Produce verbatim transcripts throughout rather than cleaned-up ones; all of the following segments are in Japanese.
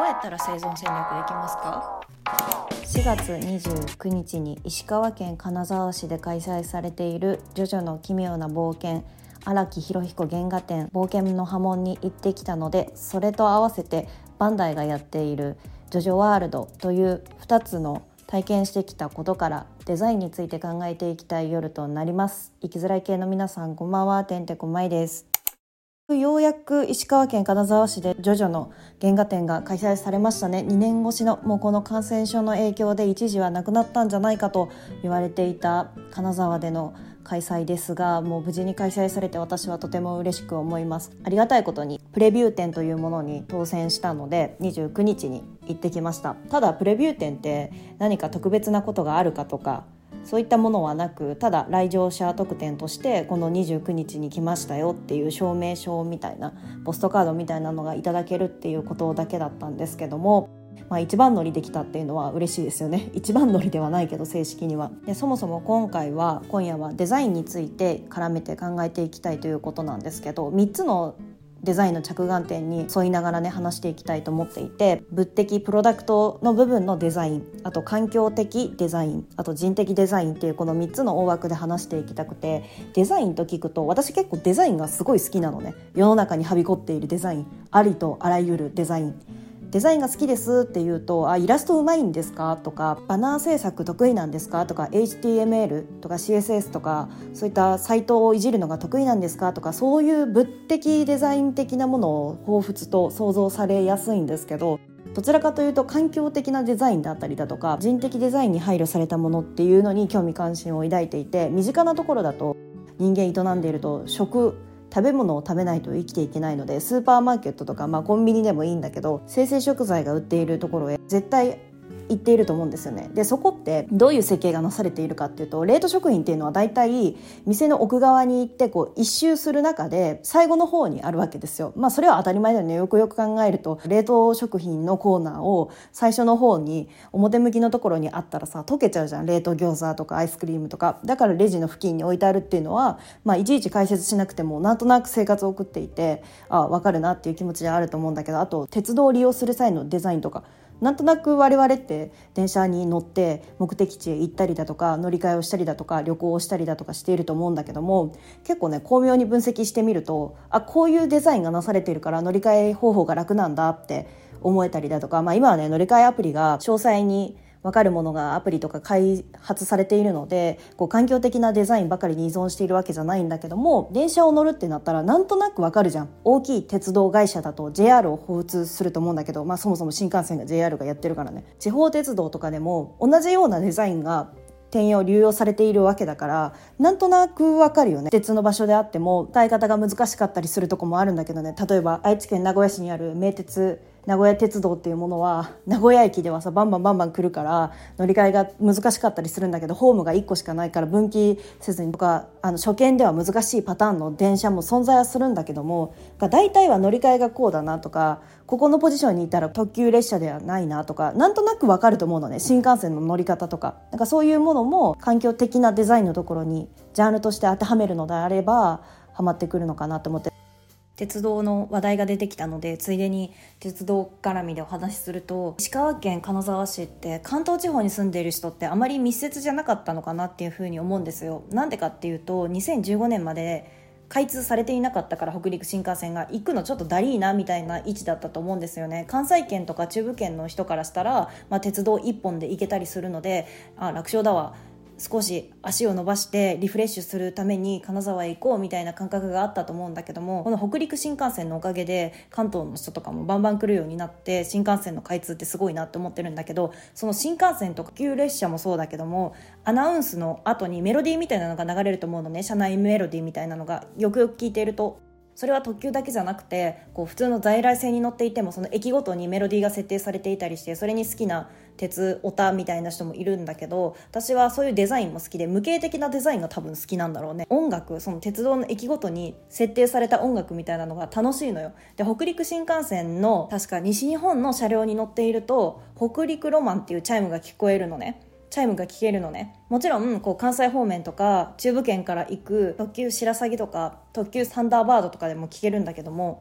やったら生存戦略できますか？ しがつにじゅうくにちに石川県金沢市で開催されているジョジョの奇妙な冒険荒木博彦原画展冒険の波紋に行ってきたので、それと合わせてバンダイがやっているジョジョワールドというふたつの体験してきたことからデザインについて考えていきたい夜となります。生きづらい系の皆さん、こんばんは。てんてこまいです。ようやく石川県金沢市でジョジョの原画展が開催されましたね。にねん越しのもうこの感染症の影響で一時はなくなったんじゃないかと言われていた金沢での開催ですが、もう無事に開催されて私はとても嬉しく思います。ありがたいことにプレビュー展というものに当選したのでにじゅうくにちに行ってきました。ただプレビュー展って何か特別なことがあるかとかそういったものはなく、ただ来場者特典としてこのにじゅうくにちに来ましたよっていう証明書みたいなポストカードみたいなのがいただけるっていうことだけだったんですけども、まあ、一番乗りできたっていうのは嬉しいですよね。一番乗りではないけど正式には。でそもそも今回は今夜はデザインについて絡めて考えていきたいということなんですけど、みっつのデザインの着眼点に沿いながらね話していきたいと思っていて、物的プロダクトの部分のデザイン、あと環境的デザイン、あと人的デザインっていうこのみっつの大枠で話していきたくて、デザインと聞くと私結構デザインがすごい好きなのね。世の中にはびこっているデザイン、ありとあらゆるデザインデザインが好きですって言うと、あイラストうまいんですかとか、バナー制作得意なんですかとか、 エイチティーエムエル とか シーエスエス とかそういったサイトをいじるのが得意なんですかとか、そういう物的デザイン的なものを彷彿と想像されやすいんですけど、どちらかというと環境的なデザインだったりだとか人的デザインに配慮されたものっていうのに興味関心を抱いていて、身近なところだと人間営んでいると食食べ物を食べないと生きていけないので、スーパーマーケットとか、まあ、コンビニでもいいんだけど生鮮食材が売っているところへ絶対行っていると思うんですよね。でそこってどういう設計がなされているかっていうと、冷凍食品っていうのはだいたい店の奥側に行ってこう一周する中で最後の方にあるわけですよ。まあそれは当たり前だよね。よくよく考えると冷凍食品のコーナーを最初の方に表向きのところにあったらさ溶けちゃうじゃん。冷凍餃子とかアイスクリームとか。だからレジの付近に置いてあるっていうのは、まあ、いちいち解説しなくてもなんとなく生活を送っていて、あ分かるなっていう気持ちであると思うんだけど、あと鉄道を利用する際のデザインとか、なんとなく我々って電車に乗って目的地へ行ったりだとか乗り換えをしたりだとか旅行をしたりだとかしていると思うんだけども、結構ね巧妙に分析してみると、あこういうデザインがなされているから乗り換え方法が楽なんだって思えたりだとか、まあ、今はね乗り換えアプリが詳細に分かるものがアプリとか開発されているので、こう環境的なデザインばかりに依存しているわけじゃないんだけども、電車を乗るってなったらなんとなく分かるじゃん。大きい鉄道会社だと ジェイアール を彷彿すると思うんだけど、まあ、そもそも新幹線が ジェイアール がやってるからね。地方鉄道とかでも同じようなデザインが転用流用されているわけだから、なんとなくわかるよね。別の場所であっても使い方が難しかったりするとこもあるんだけどね。例えば愛知県名古屋市にある名鉄名古屋鉄道っていうものは名古屋駅ではさバンバンバンバン来るから乗り換えが難しかったりするんだけど、ホームがいっこしかないから分岐せずにとか、あの初見では難しいパターンの電車も存在はするんだけども、大体は乗り換えがこうだなとか、ここのポジションにいたら特急列車ではないなとか、なんとなくわかると思うのね。新幹線の乗り方とか、なんかそういうものも環境的なデザインのところにジャンルとして当てはめるのであればハマってくるのかなと思って、鉄道の話題が出てきたのでついでに鉄道絡みでお話しすると、石川県金沢市って関東地方に住んでいる人ってあまり密接じゃなかったのかなっていうふうに思うんですよ。なんでかっていうとにせんじゅうごねんまで開通されていなかったから、北陸新幹線が行くのちょっとだりーなみたいな位置だったと思うんですよね。関西圏とか中部圏の人からしたら、まあ、鉄道一本で行けたりするので、あ楽勝だわ、少し足を伸ばしてリフレッシュするために金沢へ行こうみたいな感覚があったと思うんだけども、この北陸新幹線のおかげで関東の人とかもバンバン来るようになって、新幹線の開通ってすごいなって思ってるんだけど、その新幹線とか急列車もそうだけども、アナウンスの後にメロディーみたいなのが流れると思うのね。車内メロディーみたいなのがよくよく聞いていると、それは特急だけじゃなくて、こう普通の在来線に乗っていてもその駅ごとにメロディーが設定されていたりして、それに好きな鉄オタみたいな人もいるんだけど、私はそういうデザインも好きで、無形的なデザインが多分好きなんだろうね。音楽、その鉄道の駅ごとに設定された音楽みたいなのが楽しいのよ。で北陸新幹線の確か西日本の車両に乗っていると北陸ロマンっていうチャイムが聞こえるのね。チャイムが聞けるのね。もちろんこう関西方面とか中部圏から行く特急しらさぎとか特急サンダーバードとかでも聞けるんだけども、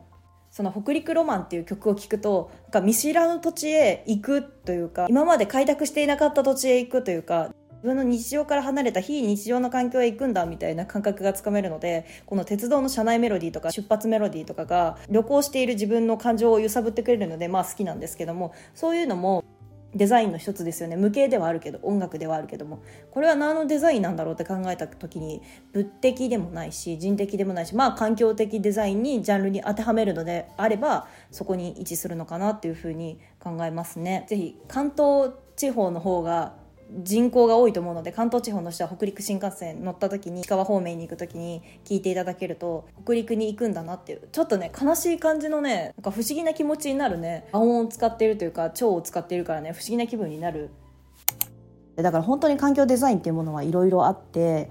その北陸ロマンっていう曲を聴くとなんか見知らぬ土地へ行くというか、今まで開拓していなかった土地へ行くというか、自分の日常から離れた非日常の環境へ行くんだみたいな感覚がつかめるので、この鉄道の車内メロディーとか出発メロディーとかが旅行している自分の感情を揺さぶってくれるので、まあ好きなんですけども、そういうのもデザインの一つですよね。無形ではあるけど、音楽ではあるけども、これは何のデザインなんだろうって考えた時に、物的でもないし人的でもないし、まあ環境的デザインにジャンルに当てはめるのであれば、そこに位置するのかなっていうふうに考えますね。ぜひ関東地方の方が人口が多いと思うので、関東地方の人は北陸新幹線乗った時に石川方面に行く時に聞いていただけると、北陸に行くんだなっていう、ちょっとね悲しい感じのね、なんか不思議な気持ちになるね。和音を使っているというか腸を使っているからね、不思議な気分になる。だから本当に環境デザインっていうものはいろいろあって、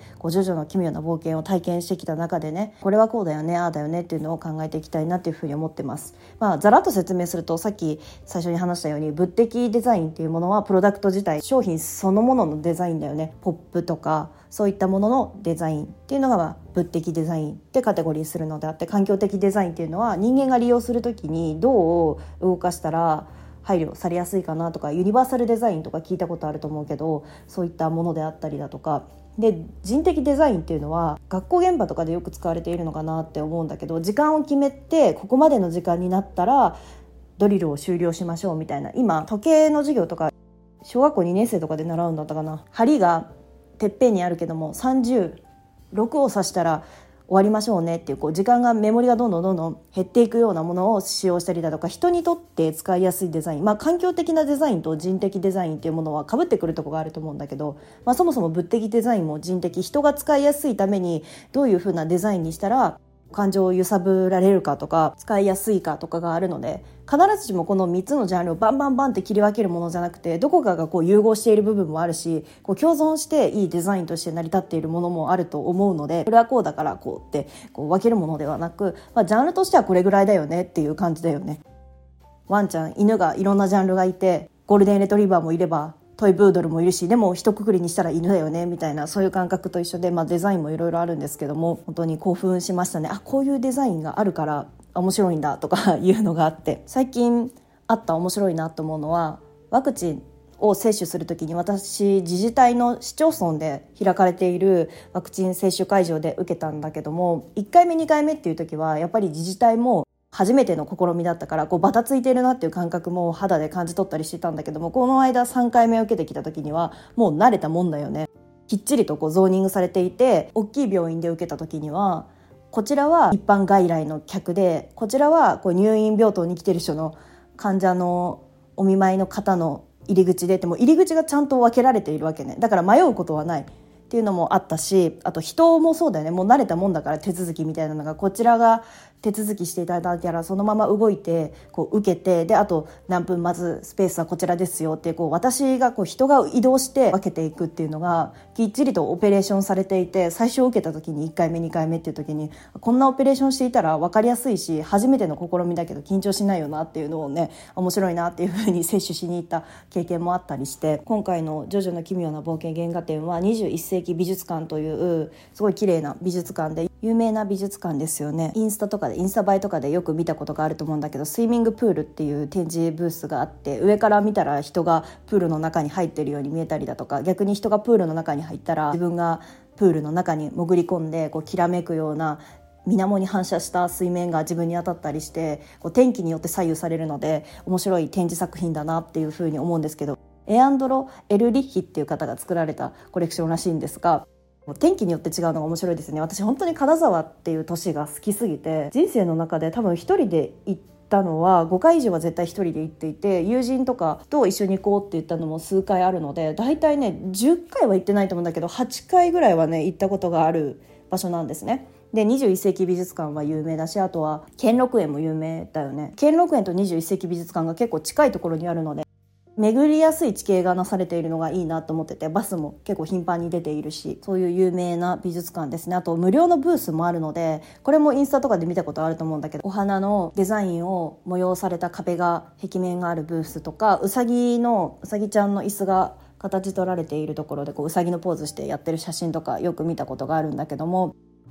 こうジョジョの奇妙な冒険を体験してきた中でね、これはこうだよね、ああだよねっていうのを考えていきたいなっていうふうに思ってます。まあざらっと説明すると、さっき最初に話したように物的デザインっていうものはプロダクト自体、商品そのもののデザインだよね。ポップとかそういったもののデザインっていうのがまあ物的デザインってカテゴリーするのであって、環境的デザインっていうのは人間が利用するときにどう動かしたら配慮されやすいかなとか、ユニバーサルデザインとか聞いたことあると思うけど、そういったものであったりだとかで、人的デザインっていうのは学校現場とかでよく使われているのかなって思うんだけど、時間を決めてここまでの時間になったらドリルを終了しましょうみたいな。今時計の授業とか小学校にねん生とかで習うんだったかな。針がてっぺんにあるけどもさんじゅうろくを指したら終わりましょうねっていう、こう時間がメモリがどんどんどんどん減っていくようなものを使用したりだとか、人にとって使いやすいデザイン、まあ環境的なデザインと人的デザインっていうものは被ってくるところがあると思うんだけど、まあそもそも物的デザインも人的、人が使いやすいためにどういう風なデザインにしたら感情を揺さぶられるかとか使いやすいかとかがあるので、必ずしもこのみっつのジャンルをバンバンバンって切り分けるものじゃなくて、どこかがこう融合している部分もあるし、こう共存していいデザインとして成り立っているものもあると思うので、これはこうだからこうってこう分けるものではなく、まあ、ジャンルとしてはこれぐらいだよねっていう感じだよね。ワンちゃん、犬がいろんなジャンルがいて、ゴールデンレトリバーもいればトイプードルもいるし、でも一括りにしたら犬だよねみたいな、そういう感覚と一緒で、まあ、デザインもいろいろあるんですけども、本当に興奮しましたね。あ、こういうデザインがあるから面白いんだとかいうのがあって、最近あった面白いなと思うのは、ワクチンを接種するときに、私自治体の市町村で開かれているワクチン接種会場で受けたんだけども、いっかいめにかいめっていう時はやっぱり自治体も初めての試みだったから、こうバタついてるなっていう感覚も肌で感じ取ったりしてたんだけども、この間さんかいめ受けてきた時にはもう慣れたもんだよね。きっちりとこうゾーニングされていて、大きい病院で受けた時には、こちらは一般外来の客で、こちらはこう入院病棟に来てる人の患者のお見舞いの方の入り口でって、もう入り口がちゃんと分けられているわけね。だから迷うことはないっていうのもあったし、あと人もそうだよね。もう慣れたもんだから、手続きみたいなのが、こちらが手続きしていただいたらそのまま動いてこう受けて、であと何分まずスペースはこちらですよって、こう私がこう人が移動して分けていくっていうのがきっちりとオペレーションされていて、最初受けた時にいっかいめにかいめっていう時に、こんなオペレーションしていたら分かりやすいし、初めての試みだけど緊張しないよなっていうのをね、面白いなっていう風に接種しに行った経験もあったりして、今回のジョジョの奇妙な冒険原画展はにじゅういっ世紀美術館というすごい綺麗な美術館で、有名な美術館ですよね。インスタとかでインスタ映えとかでよく見たことがあると思うんだけど、スイミングプールっていう展示ブースがあって、上から見たら人がプールの中に入ってるように見えたりだとか、逆に人がプールの中に入ったら自分がプールの中に潜り込んでこうきらめくような水面に反射した水面が自分に当たったりして、こう天気によって左右されるので面白い展示作品だなっていうふうに思うんですけど、エアンドロ・エルリッヒっていう方が作られたコレクションらしいんですが、天気によって違うのが面白いですね。私本当に金沢っていう都市が好きすぎて、人生の中で多分一人で行ったのはごかい以上は絶対一人で行っていて、友人とかと一緒に行こうって言ったのも数回あるので、だいたいねじゅっかいは行ってないと思うんだけど、はちかいぐらいはね行ったことがある場所なんですね。でにじゅういっ世紀美術館は有名だし、あとは兼六園も有名だよね。兼六園とにじゅういっ世紀美術館が結構近いところにあるので、巡りやすい地形がなされているのがいいなと思ってて、バスも結構頻繁に出ているし、そういう有名な美術館ですね。あと無料のブースもあるので、これもインスタとかで見たことあると思うんだけど、お花のデザインを催された壁が壁面があるブースとか、うさぎのうさぎちゃんの椅子が形取られているところでこううさぎのポーズしてやってる写真とかよく見たことがあるんだけども、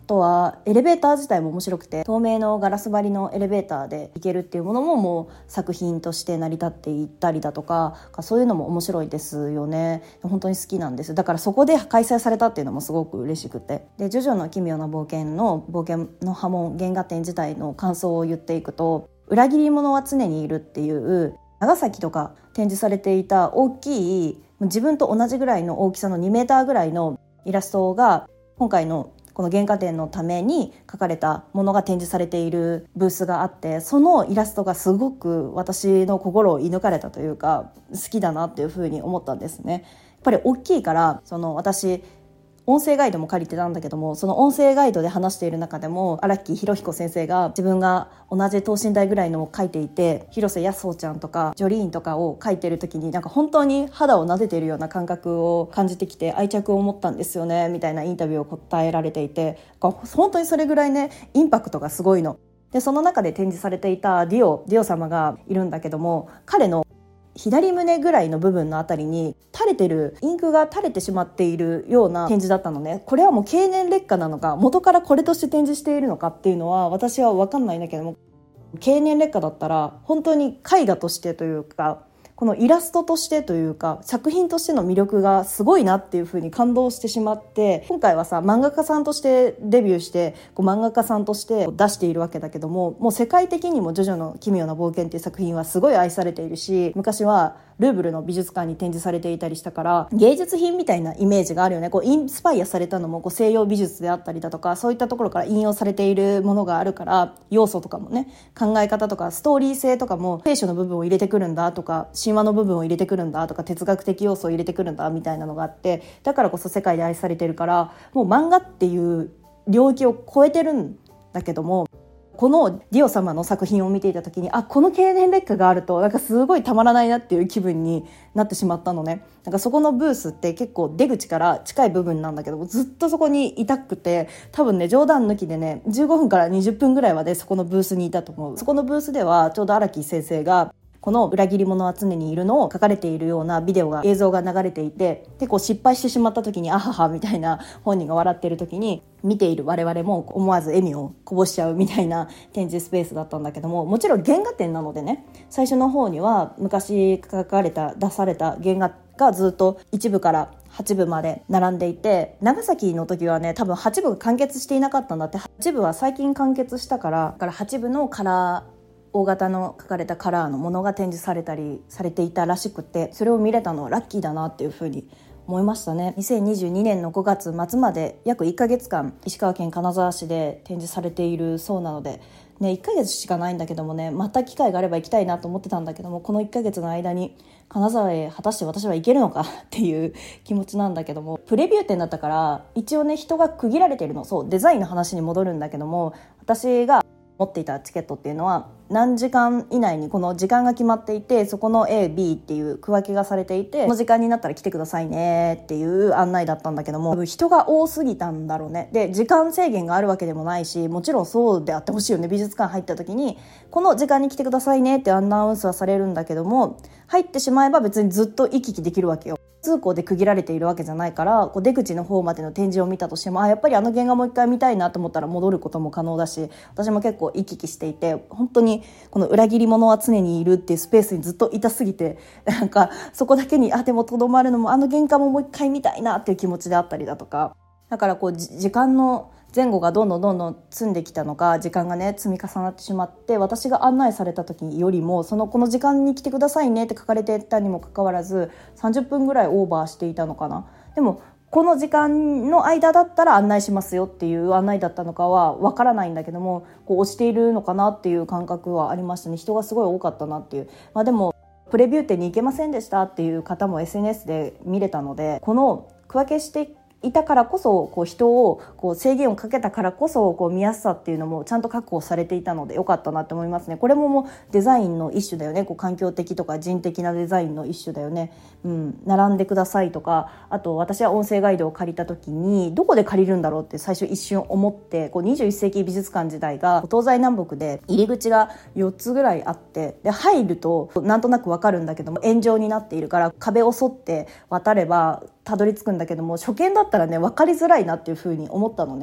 とはエレベーター自体も面白くて、透明のガラス張りのエレベーターで行けるっていうものももう作品として成り立っていったりだとか、そういうのも面白いですよね。本当に好きなんです。だからそこで開催されたっていうのもすごく嬉しくて、でジョジョの奇妙な冒険の冒険の波紋原画展自体の感想を言っていくと、裏切り者は常にいるっていう長崎とか展示されていた大きい自分と同じぐらいの大きさのにメーターぐらいのイラストが今回のこの原画展のために描かれたものが展示されているブースがあって、そのイラストがすごく私の心を射抜かれたというか好きだなっていうふうに思ったんですね。やっぱり大きいから、その私音声ガイドも借りてたんだけども、その音声ガイドで話している中でも荒木博彦先生が自分が同じ等身大ぐらいのを描いていて、広瀬康穂ちゃんとかジョリーンとかを描いてる時になんか本当に肌を撫でているような感覚を感じてきて愛着を持ったんですよねみたいなインタビューを答えられていて、本当にそれぐらいねインパクトがすごいので、その中で展示されていたディオディオ様がいるんだけども、彼の左胸ぐらいの部分のあたりに垂れてるインクが垂れてしまっているような展示だったのね。これはもう経年劣化なのか元からこれとして展示しているのかっていうのは私は分かんないんだけども、経年劣化だったら本当に絵画としてというかこのイラストとしてというか作品としての魅力がすごいなっていう風に感動してしまって、今回はさ漫画家さんとしてデビューしてこう漫画家さんとして出しているわけだけども、もう世界的にもジョジョの奇妙な冒険っていう作品はすごい愛されているし、昔はルーブルの美術館に展示されていたりしたから芸術品みたいなイメージがあるよね。こうインスパイアされたのもこう西洋美術であったりだとか、そういったところから引用されているものがあるから、要素とかもね、考え方とかストーリー性とかも聖書の部分を入れてくるんだとか神話の部分を入れてくるんだとか哲学的要素を入れてくるんだみたいなのがあって、だからこそ世界で愛されてるから、もう漫画っていう領域を超えてるんだけども、このディオ様の作品を見ていた時に、あ、この経年劣化があるとなんかすごいたまらないなっていう気分になってしまったのね。なんかそこのブースって結構出口から近い部分なんだけど、ずっとそこにいたくて、多分ね冗談抜きでねじゅうごふんからにじゅっぷんぐらいまでそこのブースにいたと思う。そこのブースではちょうど荒木先生がこの裏切り者は常にいるのを書かれているようなビデオが映像が流れていて、でこう失敗してしまった時にあははみたいな本人が笑っている時に見ている我々も思わず笑みをこぼしちゃうみたいな展示スペースだったんだけども、もちろん原画展なのでね、最初の方には昔書かれた出された原画がずっといち部からはち部まで並んでいて、長崎の時はね多分はち部が完結していなかったんだって。はち部は最近完結したから、だからはち部のカラー大型の書かれたカラーのものが展示されたりされていたらしくて、それを見れたのはラッキーだなっていうふうに思いましたね。にせんにじゅうにねんのごがつ末まで約いっかげつかん石川県金沢市で展示されているそうなので、ね、いっかげつしかないんだけどもね、また機会があれば行きたいなと思ってたんだけども、このいっかげつの間に金沢へ果たして私は行けるのかっていう気持ちなんだけども、プレビュー展だったから一応ね人が区切られてるの。そうデザインの話に戻るんだけども、私が持っていたチケットっていうのは何時間以内にこの時間が決まっていて、そこの エービー っていう区分けがされていて、この時間になったら来てくださいねっていう案内だったんだけども、多分人が多すぎたんだろうね。で時間制限があるわけでもないし、もちろんそうであってほしいよね。美術館入った時にこの時間に来てくださいねってアナウンスはされるんだけども、入ってしまえば別にずっと行き来できるわけよ。通行で区切られているわけじゃないから、こう出口の方までの展示を見たとしても、あやっぱりあの原画もう一回見たいなと思ったら戻ることも可能だし、私も結構行き来していて、本当にこの裏切り者は常にいるっていうスペースにずっといたすぎて、なんかそこだけにあでもとどまるのもあの原画ももう一回見たいなっていう気持ちであったりだとか、だからこう時間の前後がどんどんどんどん積んできたのか、時間がね積み重なってしまって、私が案内された時よりもそのこの時間に来てくださいねって書かれてたにもかかわらずさんじゅっぷんぐらいオーバーしていたのかな。でもこの時間の間だったら案内しますよっていう案内だったのかはわからないんだけども、こう押しているのかなっていう感覚はありましたね。人がすごい多かったなっていう。まあでもプレビュー展に行けませんでしたっていう方も エスエヌエス で見れたので、この区分けしていたからこそこう人をこう制限をかけたからこそこう見やすさっていうのもちゃんと確保されていたのでよかったなと思いますね。これももうデザインの一種だよね。こう環境的とか人的なデザインの一種だよね。うん、並んでくださいとか、あと私は音声ガイドを借りた時にどこで借りるんだろうって最初一瞬思って、こうにじゅういっせいき美術館時代が東西南北で入り口がよっつぐらいあって、で入るとなんとなくわかるんだけども円状になっているから壁を沿って渡ればたどり着くんだけども、初見だったらね分かりづらいなっていう風に思ったのね。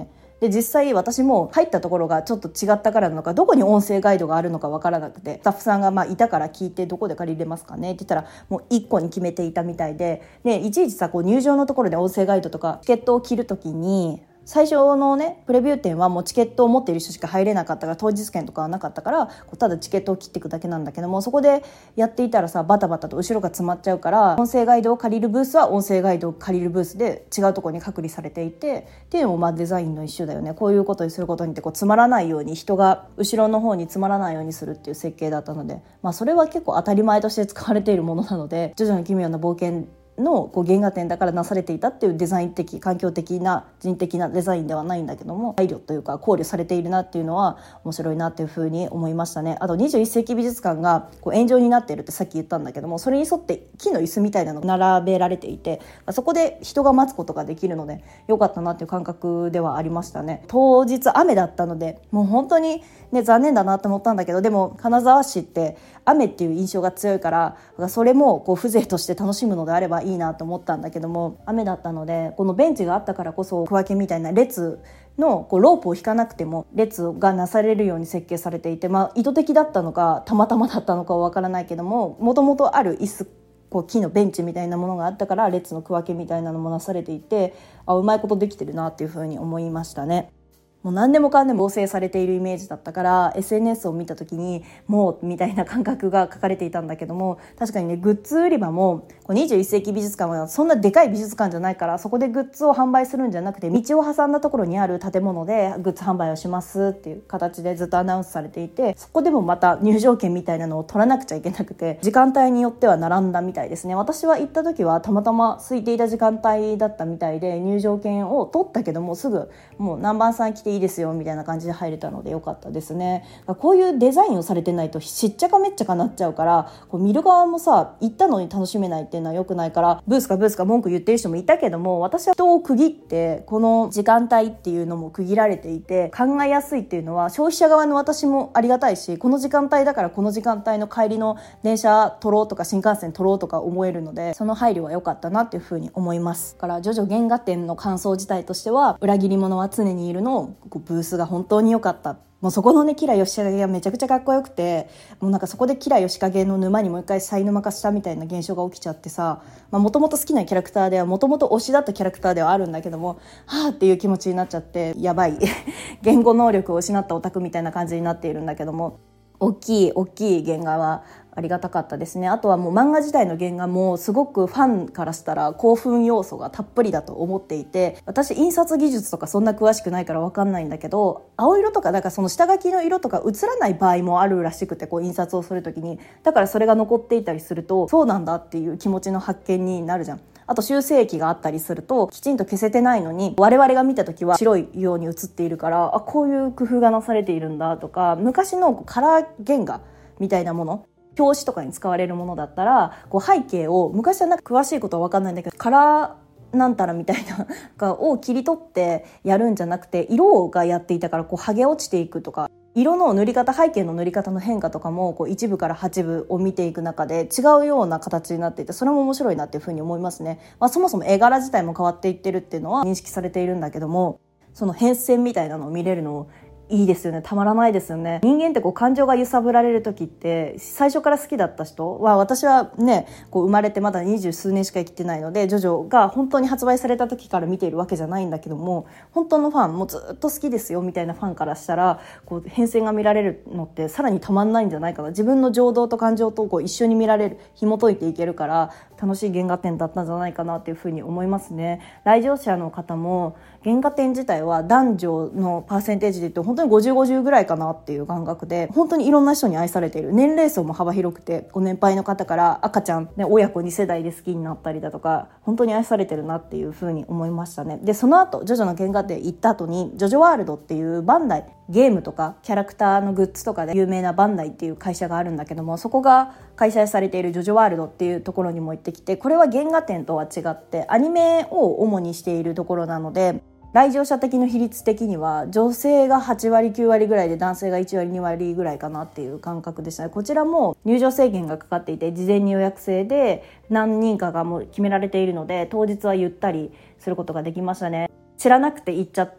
で実際私も入ったところがちょっと違ったからなのか、どこに音声ガイドがあるのかわからなくて、スタッフさんがまあいたから聞いて、どこで借りれますかねって言ったらもういっこに決めていたみたいで、でいちいちさこう入場のところで音声ガイドとかチケットを切るときに、最初のねプレビュー展はもうチケットを持っている人しか入れなかったから、当日券とかはなかったから、こうただチケットを切っていくだけなんだけども、そこでやっていたらさバタバタと後ろが詰まっちゃうから、音声ガイドを借りるブースは音声ガイドを借りるブースで違うところに隔離されていて、っていうのもまあデザインの一種だよね。こういうことにすることによってこう詰まらないように、人が後ろの方に詰まらないようにするっていう設計だったので、まあそれは結構当たり前として使われているものなので、ジョジョの奇妙な冒険のこう原画展だからなされていたっていうデザイン的環境的な人的なデザインではないんだけども、配慮というか考慮されているなっていうのは面白いなっていうふうに思いましたね。あとにじゅういっ世紀美術館がこう円状になっているってさっき言ったんだけども、それに沿って木の椅子みたいなのが並べられていて、そこで人が待つことができるので良かったなっていう感覚ではありましたね。当日雨だったのでもう本当にね残念だなって思ったんだけど、でも金沢市って雨っていう印象が強いから、それもこう風情として楽しむのであればいいなと思ったんだけども、雨だったのでこのベンチがあったからこそ区分けみたいな列のこうロープを引かなくても列がなされるように設計されていて、まあ、意図的だったのかたまたまだったのかはわからないけども、もともとある椅子こう木のベンチみたいなものがあったから列の区分けみたいなのもなされていて、あうまいことできてるなっていうふうに思いましたね。もう何でもかんでも合成されているイメージだったから エスエヌエス を見た時にもうみたいな感覚が書かれていたんだけども、確かにねグッズ売り場もこうにじゅういっ世紀美術館はそんなでかい美術館じゃないから、そこでグッズを販売するんじゃなくて道を挟んだところにある建物でグッズ販売をしますっていう形でずっとアナウンスされていて、そこでもまた入場券みたいなのを取らなくちゃいけなくて、時間帯によっては並んだみたいですね。私は行った時はたまたま空いていた時間帯だったみたいで、入場券を取ったけどもすぐもう何番さん来ていいですよみたいな感じで入れたので良かったですね。こういうデザインをされてないとしっちゃかめっちゃかなっちゃうから、こう見る側もさ行ったのに楽しめないっていうのは良くないから、ブースかブースか文句言ってる人もいたけども、私は人を区切ってこの時間帯っていうのも区切られていて考えやすいっていうのは消費者側の私もありがたいし、この時間帯だからこの時間帯の帰りの電車取ろうとか新幹線取ろうとか思えるので、その配慮は良かったなっていうふうに思います。だからジョジョ原画展の感想自体としては、裏切り者は常にいるのこうブースが本当に良かった。もうそこのねキラヨシカゲがめちゃくちゃかっこよくて、もうなんかそこでキラヨシカゲの沼にもう一回再沼化したみたいな現象が起きちゃってさ、もともと好きなキャラクターではもともと推しだったキャラクターではあるんだけども、はぁっていう気持ちになっちゃって、やばい言語能力を失ったオタクみたいな感じになっているんだけども、大きい大きい原画はありがたかったですね。あとはもう漫画自体の原画もすごくファンからしたら興奮要素がたっぷりだと思っていて、私印刷技術とかそんな詳しくないから分かんないんだけど、青色とかだからその下書きの色とか映らない場合もあるらしくて、こう印刷をするときにだからそれが残っていたりすると、そうなんだっていう気持ちの発見になるじゃん。あと修正液があったりするときちんと消せてないのに我々が見た時は白いように映っているから、あこういう工夫がなされているんだとか、昔のカラー原画みたいなもの、表紙とかに使われるものだったらこう背景を、昔はなんか詳しいことは分かんないんだけどカラーなんたらみたいなを切り取ってやるんじゃなくて、色がやっていたからこう剥げ落ちていくとか、色の塗り方、背景の塗り方の変化とかもこういち部からはち部を見ていく中で違うような形になっていて、それも面白いなっていうふうに思いますね。まあ、そもそも絵柄自体も変わっていってるっていうのは認識されているんだけども、その変遷みたいなのを見れるのいいですよね。たまらないですよね。人間ってこう感情が揺さぶられる時って最初から好きだった人は、私はねこう生まれてまだ二十数年しか生きてないのでジョジョが本当に発売された時から見ているわけじゃないんだけども、本当のファンもうずっと好きですよみたいなファンからしたらこう変遷が見られるのってさらにたまんないんじゃないかな。自分の情動と感情とこう一緒に見られる、紐解いていけるから楽しい原画展だったんじゃないかなっていうふうに思いますね。来場者の方も原画展自体は男女のパーセンテージで言うと本当にごじゅうごじゅうぐらいかなっていう感覚で、本当にいろんな人に愛されている。年齢層も幅広くて、ご年配の方から赤ちゃん、ね、親子に世代で好きになったりだとか、本当に愛されてるなっていう風に思いましたね。でその後ジョジョの原画展行った後にジョジョワールドっていうバンダイ、ゲームとかキャラクターのグッズとかで有名なバンダイっていう会社があるんだけども、そこが開催されているジョジョワールドっていうところにも行ってきて、これは原画展とは違ってアニメを主にしているところなので、来場者的の比率的には女性がはち割きゅう割ぐらいで男性がいち割に割ぐらいかなっていう感覚でしたね。こちらも入場制限がかかっていて、事前に予約制で何人かがもう決められているので、当日はゆったりすることができましたね。知らなくて行っちゃって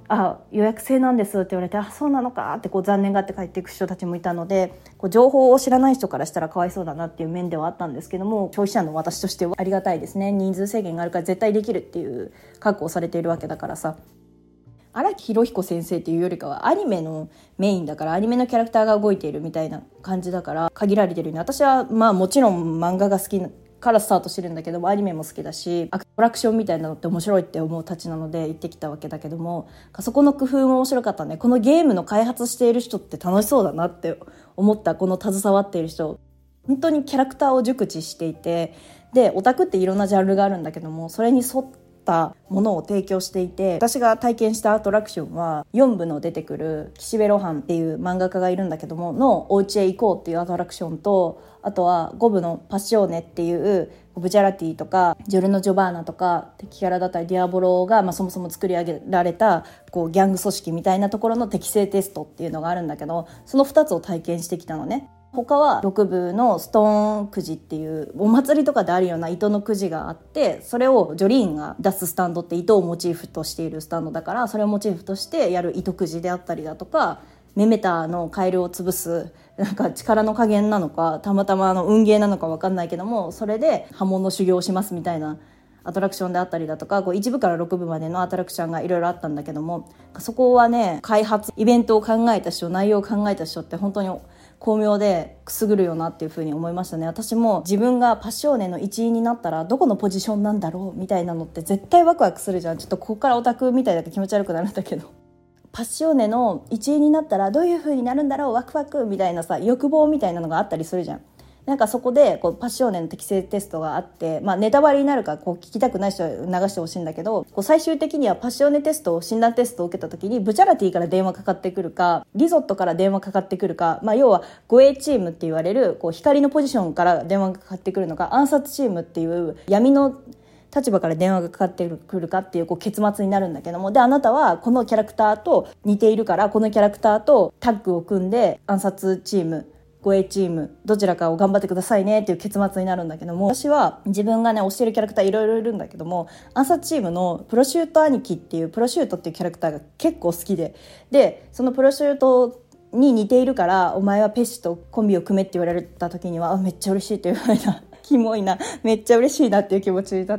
あ予約制なんですって言われて、あそうなのかってこう残念がって帰っていく人たちもいたので、こう情報を知らない人からしたらかわいそうだなっていう面ではあったんですけども、消費者の私としてはありがたいですね。人数制限があるから絶対できるっていう確保されているわけだからさ。荒木博彦先生っていうよりかはアニメのメインだから、アニメのキャラクターが動いているみたいな感じだから限られてるよね。私はまあもちろん漫画が好きからスタートしてるんだけども、アニメも好きだしアトラクションみたいなのって面白いって思うたちなので行ってきたわけだけども、そこの工夫も面白かったね。このゲームの開発している人って楽しそうだなって思った。この携わっている人本当にキャラクターを熟知していて、でオタクっていろんなジャンルがあるんだけども、それに沿ったものを提供していて、私が体験したアトラクションはよん部の出てくる岸辺露伴っていう漫画家がいるんだけどものお家へ行こうっていうアトラクションと、あとはご部のパッショーネっていうブチャラティとかジョルノ・ジョバーナとか敵キャラだったりディアボロが、まあ、そもそも作り上げられたこうギャング組織みたいなところの適性テストっていうのがあるんだけど、そのふたつを体験してきたのね。他はろく部のストーンくじっていうお祭りとかであるような糸のくじがあって、それをジョリーンが出すスタンドって糸をモチーフとしているスタンドだから、それをモチーフとしてやる糸くじであったりだとか、メメタのカエルを潰すなんか力の加減なのかたまたまの運ゲーなのか分かんないけども、それで刃物修行しますみたいなアトラクションであったりだとか、こういち部からろく部までのアトラクションがいろいろあったんだけども、そこはね開発イベントを考えた人、内容を考えた人って本当に巧妙でくすぐるよなっていう風に思いましたね。私も自分がパッショーネの一員になったらどこのポジションなんだろうみたいなのって絶対ワクワクするじゃん。ちょっとここからオタクみたいだと気持ち悪くなるんだけど、パッショーネの一員になったらどういう風になるんだろうワクワクみたいなさ、欲望みたいなのがあったりするじゃん。なんかそこでこうパッショーネの適性テストがあって、まあ、ネタバレになるからこう聞きたくない人は流してほしいんだけど、こう最終的にはパッショーネテスト診断テストを受けた時にブチャラティから電話かかってくるかリゾットから電話かかってくるか、まあ、要は護衛チームって言われるこう光のポジションから電話がかかってくるのか、暗殺チームっていう闇の立場から電話がかかってくるかっていう、こう結末になるんだけども、であなたはこのキャラクターと似ているからこのキャラクターとタッグを組んで暗殺チーム護衛チームどちらかを頑張ってくださいねっていう結末になるんだけども、私は自分がね推してるキャラクターいろいろいるんだけども、暗殺チームのプロシュート兄貴っていうプロシュートっていうキャラクターが結構好きで、でそのプロシュートに似ているからお前はペッシとコンビを組めって言われた時にはあめっちゃ嬉しいって言われたキモいな、めっちゃ嬉しいなっていう気持ちになって、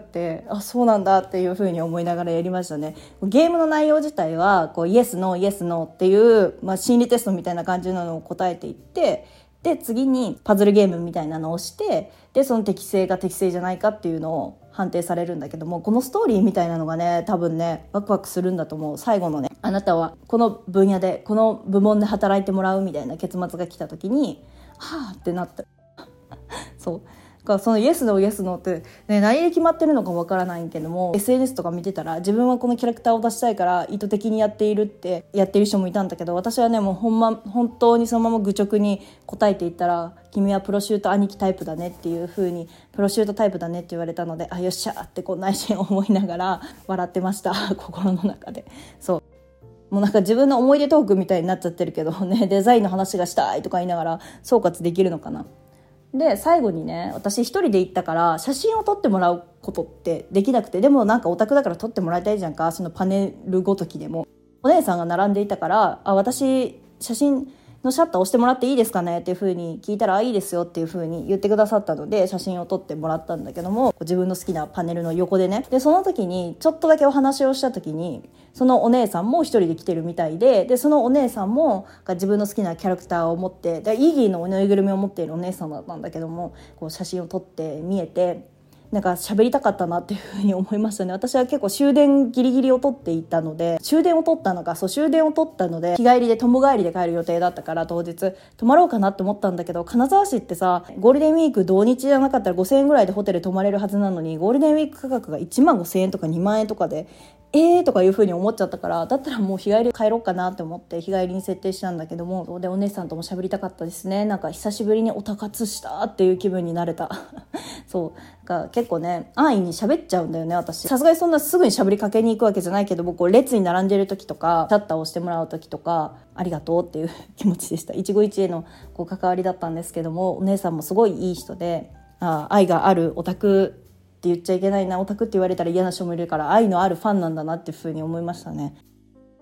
あそうなんだっていう風に思いながらやりましたね。ゲームの内容自体はこうイエスノーイエスノーっていう、まあ、心理テストみたいな感じなのを答えていって、で次にパズルゲームみたいなのをして、でその適正が適正じゃないかっていうのを判定されるんだけども、このストーリーみたいなのがね多分ねワクワクするんだと思う。最後のね、あなたはこの分野でこの部門で働いてもらうみたいな結末が来た時にはぁってなったそうそのイエスノーイエスノーって、ね、何で決まってるのかわからないけども エスエヌエス とか見てたら自分はこのキャラクターを出したいから意図的にやっているってやってる人もいたんだけど、私はねもうほんま本当にそのまま愚直に答えていったら、君はプロシュート兄貴タイプだねっていう風にプロシュートタイプだねって言われたので、あよっしゃってこう内心思いながら笑ってました心の中で。そうもうなんか自分の思い出トークみたいになっちゃってるけどね、デザインの話がしたいとか言いながら総括できるのかな。で最後にね、私一人で行ったから写真を撮ってもらうことってできなくて、でもなんかオタクだから撮ってもらいたいじゃんか、そのパネルごときでも。お姉さんが並んでいたから、あ私写真のシャッター押してもらっていいですかねっていう風に聞いたら、あいいですよっていう風に言ってくださったので写真を撮ってもらったんだけども、自分の好きなパネルの横でね、でその時にちょっとだけお話をした時に、そのお姉さんも一人で来てるみたいで、でそのお姉さんも自分の好きなキャラクターを持って、でイギーのおぬいぐるみを持っているお姉さんだったんだけども、こう写真を撮って見えて、なんか喋りたかったなっていうふうに思いましたね。私は結構終電ギリギリを取っていたので、終電を取ったのか、そう終電を取ったので日帰りで友帰りで帰る予定だったから、当日泊まろうかなって思ったんだけど、金沢市ってさゴールデンウィーク同日じゃなかったらごせんえんぐらいでホテル泊まれるはずなのに、ゴールデンウィーク価格がいちまんごせんえんとかにまんえんとかでえーとかいう風に思っちゃったから、だったらもう日帰り帰ろうかなって思って日帰りに設定したんだけども、でお姉さんとも喋りたかったですね。なんか久しぶりにオタ活したっていう気分になれたそうなんか結構ね安易に喋っちゃうんだよね私。さすがにそんなすぐに喋りかけに行くわけじゃないけども、こう列に並んでる時とかシャッターを押してもらう時とかありがとうっていう気持ちでした。一期一会のこう関わりだったんですけども、お姉さんもすごいいい人で、あ愛があるオタクって言っちゃいけないな、オタクって言われたら嫌な人もいるから愛のあるファンなんだなっていう風に思いましたね。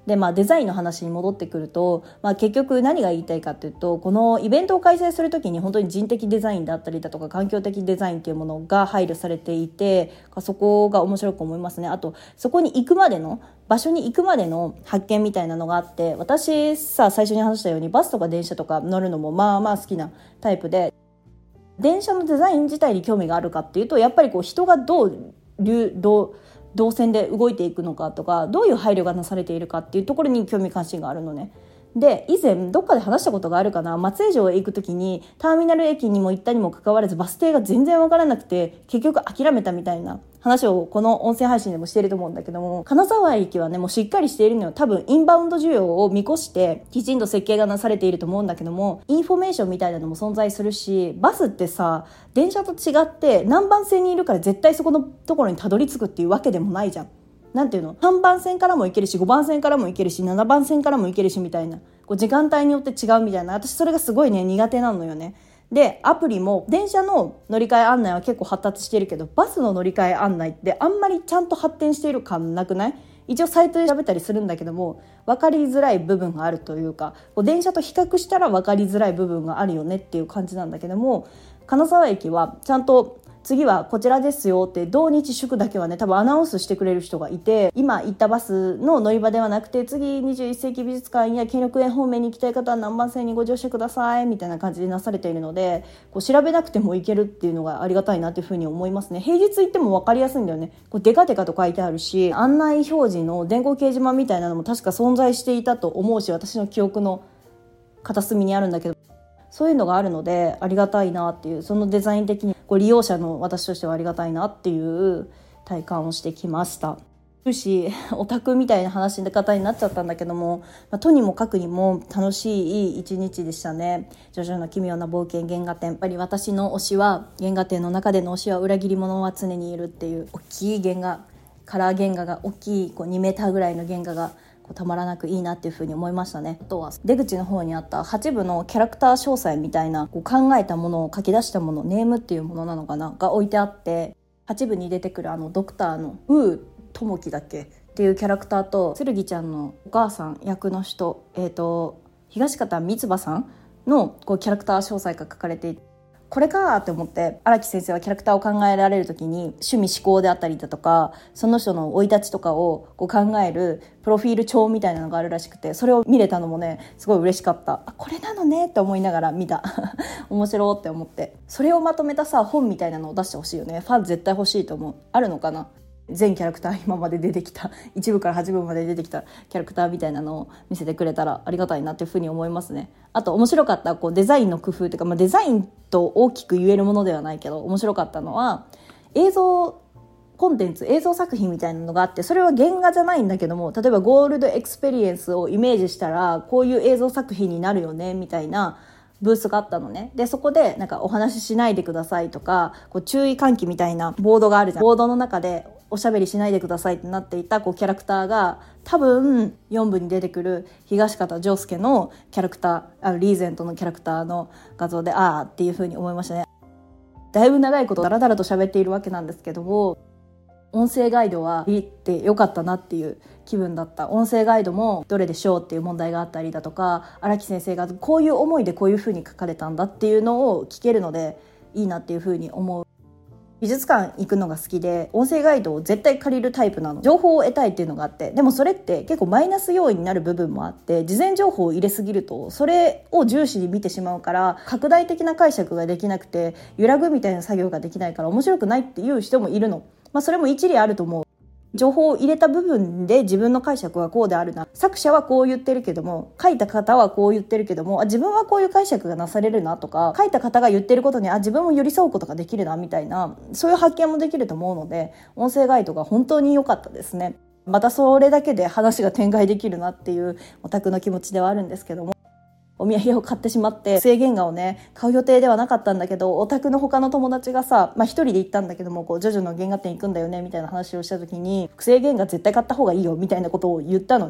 で、まあ、デザインの話に戻ってくると、まあ、結局何が言いたいかというと、このイベントを開催するときに本当に人的デザインだったりだとか環境的デザインというものが配慮されていて、そこが面白く思いますね。あとそこに行くまでの場所に行くまでの発見みたいなのがあって、私さ最初に話したようにバスとか電車とか乗るのもまあまあ好きなタイプで、電車のデザイン自体に興味があるかっていうと、やっぱりこう人がどう流どう動線で動いていくのかとか、どういう配慮がなされているかっていうところに興味関心があるのね。で、以前どっかで話したことがあるかな、松江城へ行くときにターミナル駅にも行ったにもかかわらずバス停が全然わからなくて結局諦めたみたいな話をこの音声配信でもしていると思うんだけども、金沢駅はねもうしっかりしているのよ。多分インバウンド需要を見越してきちんと設計がなされていると思うんだけども、インフォメーションみたいなのも存在するし、バスってさ電車と違って何番線にいるから絶対そこのところにたどり着くっていうわけでもないじゃん。なんていうの、さんばん線からも行けるしごばん線からも行けるしななばん線からも行けるしみたいな、こう時間帯によって違うみたいな、私それがすごいね苦手なのよね。で、アプリも電車の乗り換え案内は結構発達してるけど、バスの乗り換え案内ってあんまりちゃんと発展している感なくない？一応サイトで調べたりするんだけども分かりづらい部分があるというか、こう電車と比較したら分かりづらい部分があるよねっていう感じなんだけども、金沢駅はちゃんと次はこちらですよって土日祝だけはね多分アナウンスしてくれる人がいて、今行ったバスの乗り場ではなくて次にじゅういっ世紀美術館や兼六園方面に行きたい方は何番線にご乗車くださいみたいな感じでなされているので、こう調べなくても行けるっていうのがありがたいなっていうふうに思いますね。平日行っても分かりやすいんだよね。こうデカデカと書いてあるし、案内表示の電光掲示板みたいなのも確か存在していたと思うし、私の記憶の片隅にあるんだけど、そういうのがあるのでありがたいなっていう、そのデザイン的にこう利用者の私としてはありがたいなっていう体感をしてきました。しオタクみたいな話の方になっちゃったんだけども、まあ、とにもかくにも楽しい一日でしたね。ジョジョの奇妙な冒険原画展、やっぱり私の推しは、原画展の中での推しは裏切り者は常にいるっていう大きい原画、カラー原画が大きいこうにメーターぐらいの原画がこうたまらなくいいなっていう風に思いましたね。あとは出口の方にあったはち部のキャラクター詳細みたいなこう考えたものを書き出したもの、ネームっていうものなのかなが置いてあって、はち部に出てくるあのドクターのウートモキだっけっていうキャラクターと、剣ちゃんのお母さん役の人、えーと東方三葉さんのこうキャラクター詳細が書かれていて、これかって思って、荒木先生はキャラクターを考えられるときに趣味思考であったりだとか、その人の生い立ちとかをこう考えるプロフィール帳みたいなのがあるらしくて、それを見れたのもねすごい嬉しかった。あ、これなのねって思いながら見た面白って思って、それをまとめたさ本みたいなのを出してほしいよね。ファン絶対欲しいと思う。あるのかな、全キャラクター今まで出てきたいち部からはち部まで出てきたキャラクターみたいなのを見せてくれたらありがたいなっていうふうに思いますね。あと面白かったこうデザインの工夫というか、まあ、デザインと大きく言えるものではないけど面白かったのは、映像コンテンツ、映像作品みたいなのがあって、それは原画じゃないんだけども、例えばゴールドエクスペリエンスをイメージしたらこういう映像作品になるよねみたいなブースがあったのね。でそこでなんかお話ししないでくださいとか、こう注意喚起みたいなボードがあるじゃん。ボードの中でおしゃべりしないでくださいってなっていたこうキャラクターが、多分よん部に出てくる東方丈介のキャラクター、あのリーゼントのキャラクターの画像で、あーっていう風に思いましたね。だいぶ長いことダラダラと喋っているわけなんですけども、音声ガイドは言ってよかったなっていう気分だった。音声ガイドもどれでしょうっていう問題があったりだとか、荒木先生がこういう思いでこういう風に書かれたんだっていうのを聞けるのでいいなっていう風に思う。美術館行くのが好きで、音声ガイドを絶対借りるタイプなの。情報を得たいっていうのがあって、でもそれって結構マイナス要因になる部分もあって、事前情報を入れすぎるとそれを重視に見てしまうから、拡大的な解釈ができなくて揺らぐみたいな作業ができないから面白くないっていう人もいるの。まあそれも一理あると思う。情報を入れた部分で自分の解釈はこうであるな、作者はこう言ってるけども書いた方はこう言ってるけども、あ自分はこういう解釈がなされるなとか、書いた方が言ってることにあ自分も寄り添うことができるなみたいな、そういう発見もできると思うので、音声ガイドが本当に良かったですね。またそれだけで話が展開できるなっていうオタクの気持ちではあるんですけども、お土産を買ってしまって複製原画をね買う予定ではなかったんだけど、オタクの他の友達がさ、まあ一人で行ったんだけども、こうジョジョの原画展行くんだよねみたいな話をした時に、複製原画絶対買った方がいいよみたいなことを言ったのね。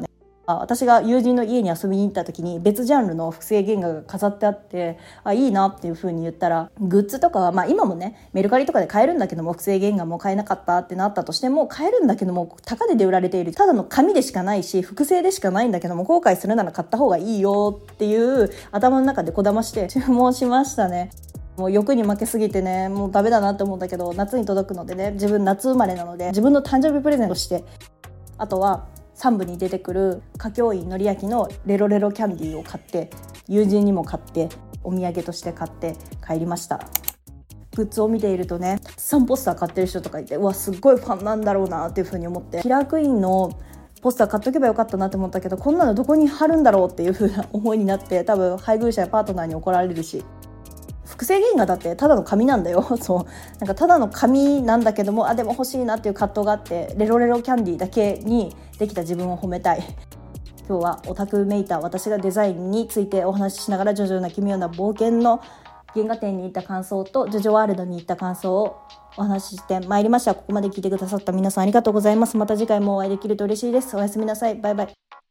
私が友人の家に遊びに行った時に別ジャンルの複製原画が飾ってあって、あ、いいなっていう風に言ったら、グッズとかはまあ今もねメルカリとかで買えるんだけども、複製原画も買えなかったってなったとしても買えるんだけども、高値で売られているただの紙でしかないし複製でしかないんだけども、後悔するなら買った方がいいよっていう頭の中でこだまして注文しましたね。もう欲に負けすぎてね、もうダメだなって思うんだけど、夏に届くのでね、自分夏生まれなので自分の誕生日プレゼントして、あとはさん部に出てくる花京院のり焼きのレロレロキャンディーを買って、友人にも買ってお土産として買って帰りました。グッズを見ているとね、たくさんポスター買ってる人とかいて、うわすっごいファンなんだろうなっていう風に思って、キラークイーンのポスター買っとけばよかったなって思ったけど、こんなのどこに貼るんだろうっていう風な思いになって、多分配偶者やパートナーに怒られるし、複製原画だってただの紙なんだよそうなんかただの紙なんだけども、あでも欲しいなっていう葛藤があって、レロレロキャンディーだけにできた自分を褒めたい。今日はオタクめいた私がデザインについてお話ししながら、ジョジョの奇妙な冒険の原画展に行った感想とジョジョワールドに行った感想をお話ししてまいりました。ここまで聞いてくださった皆さんありがとうございます。また次回もお会いできると嬉しいです。おやすみなさい。バイバイ。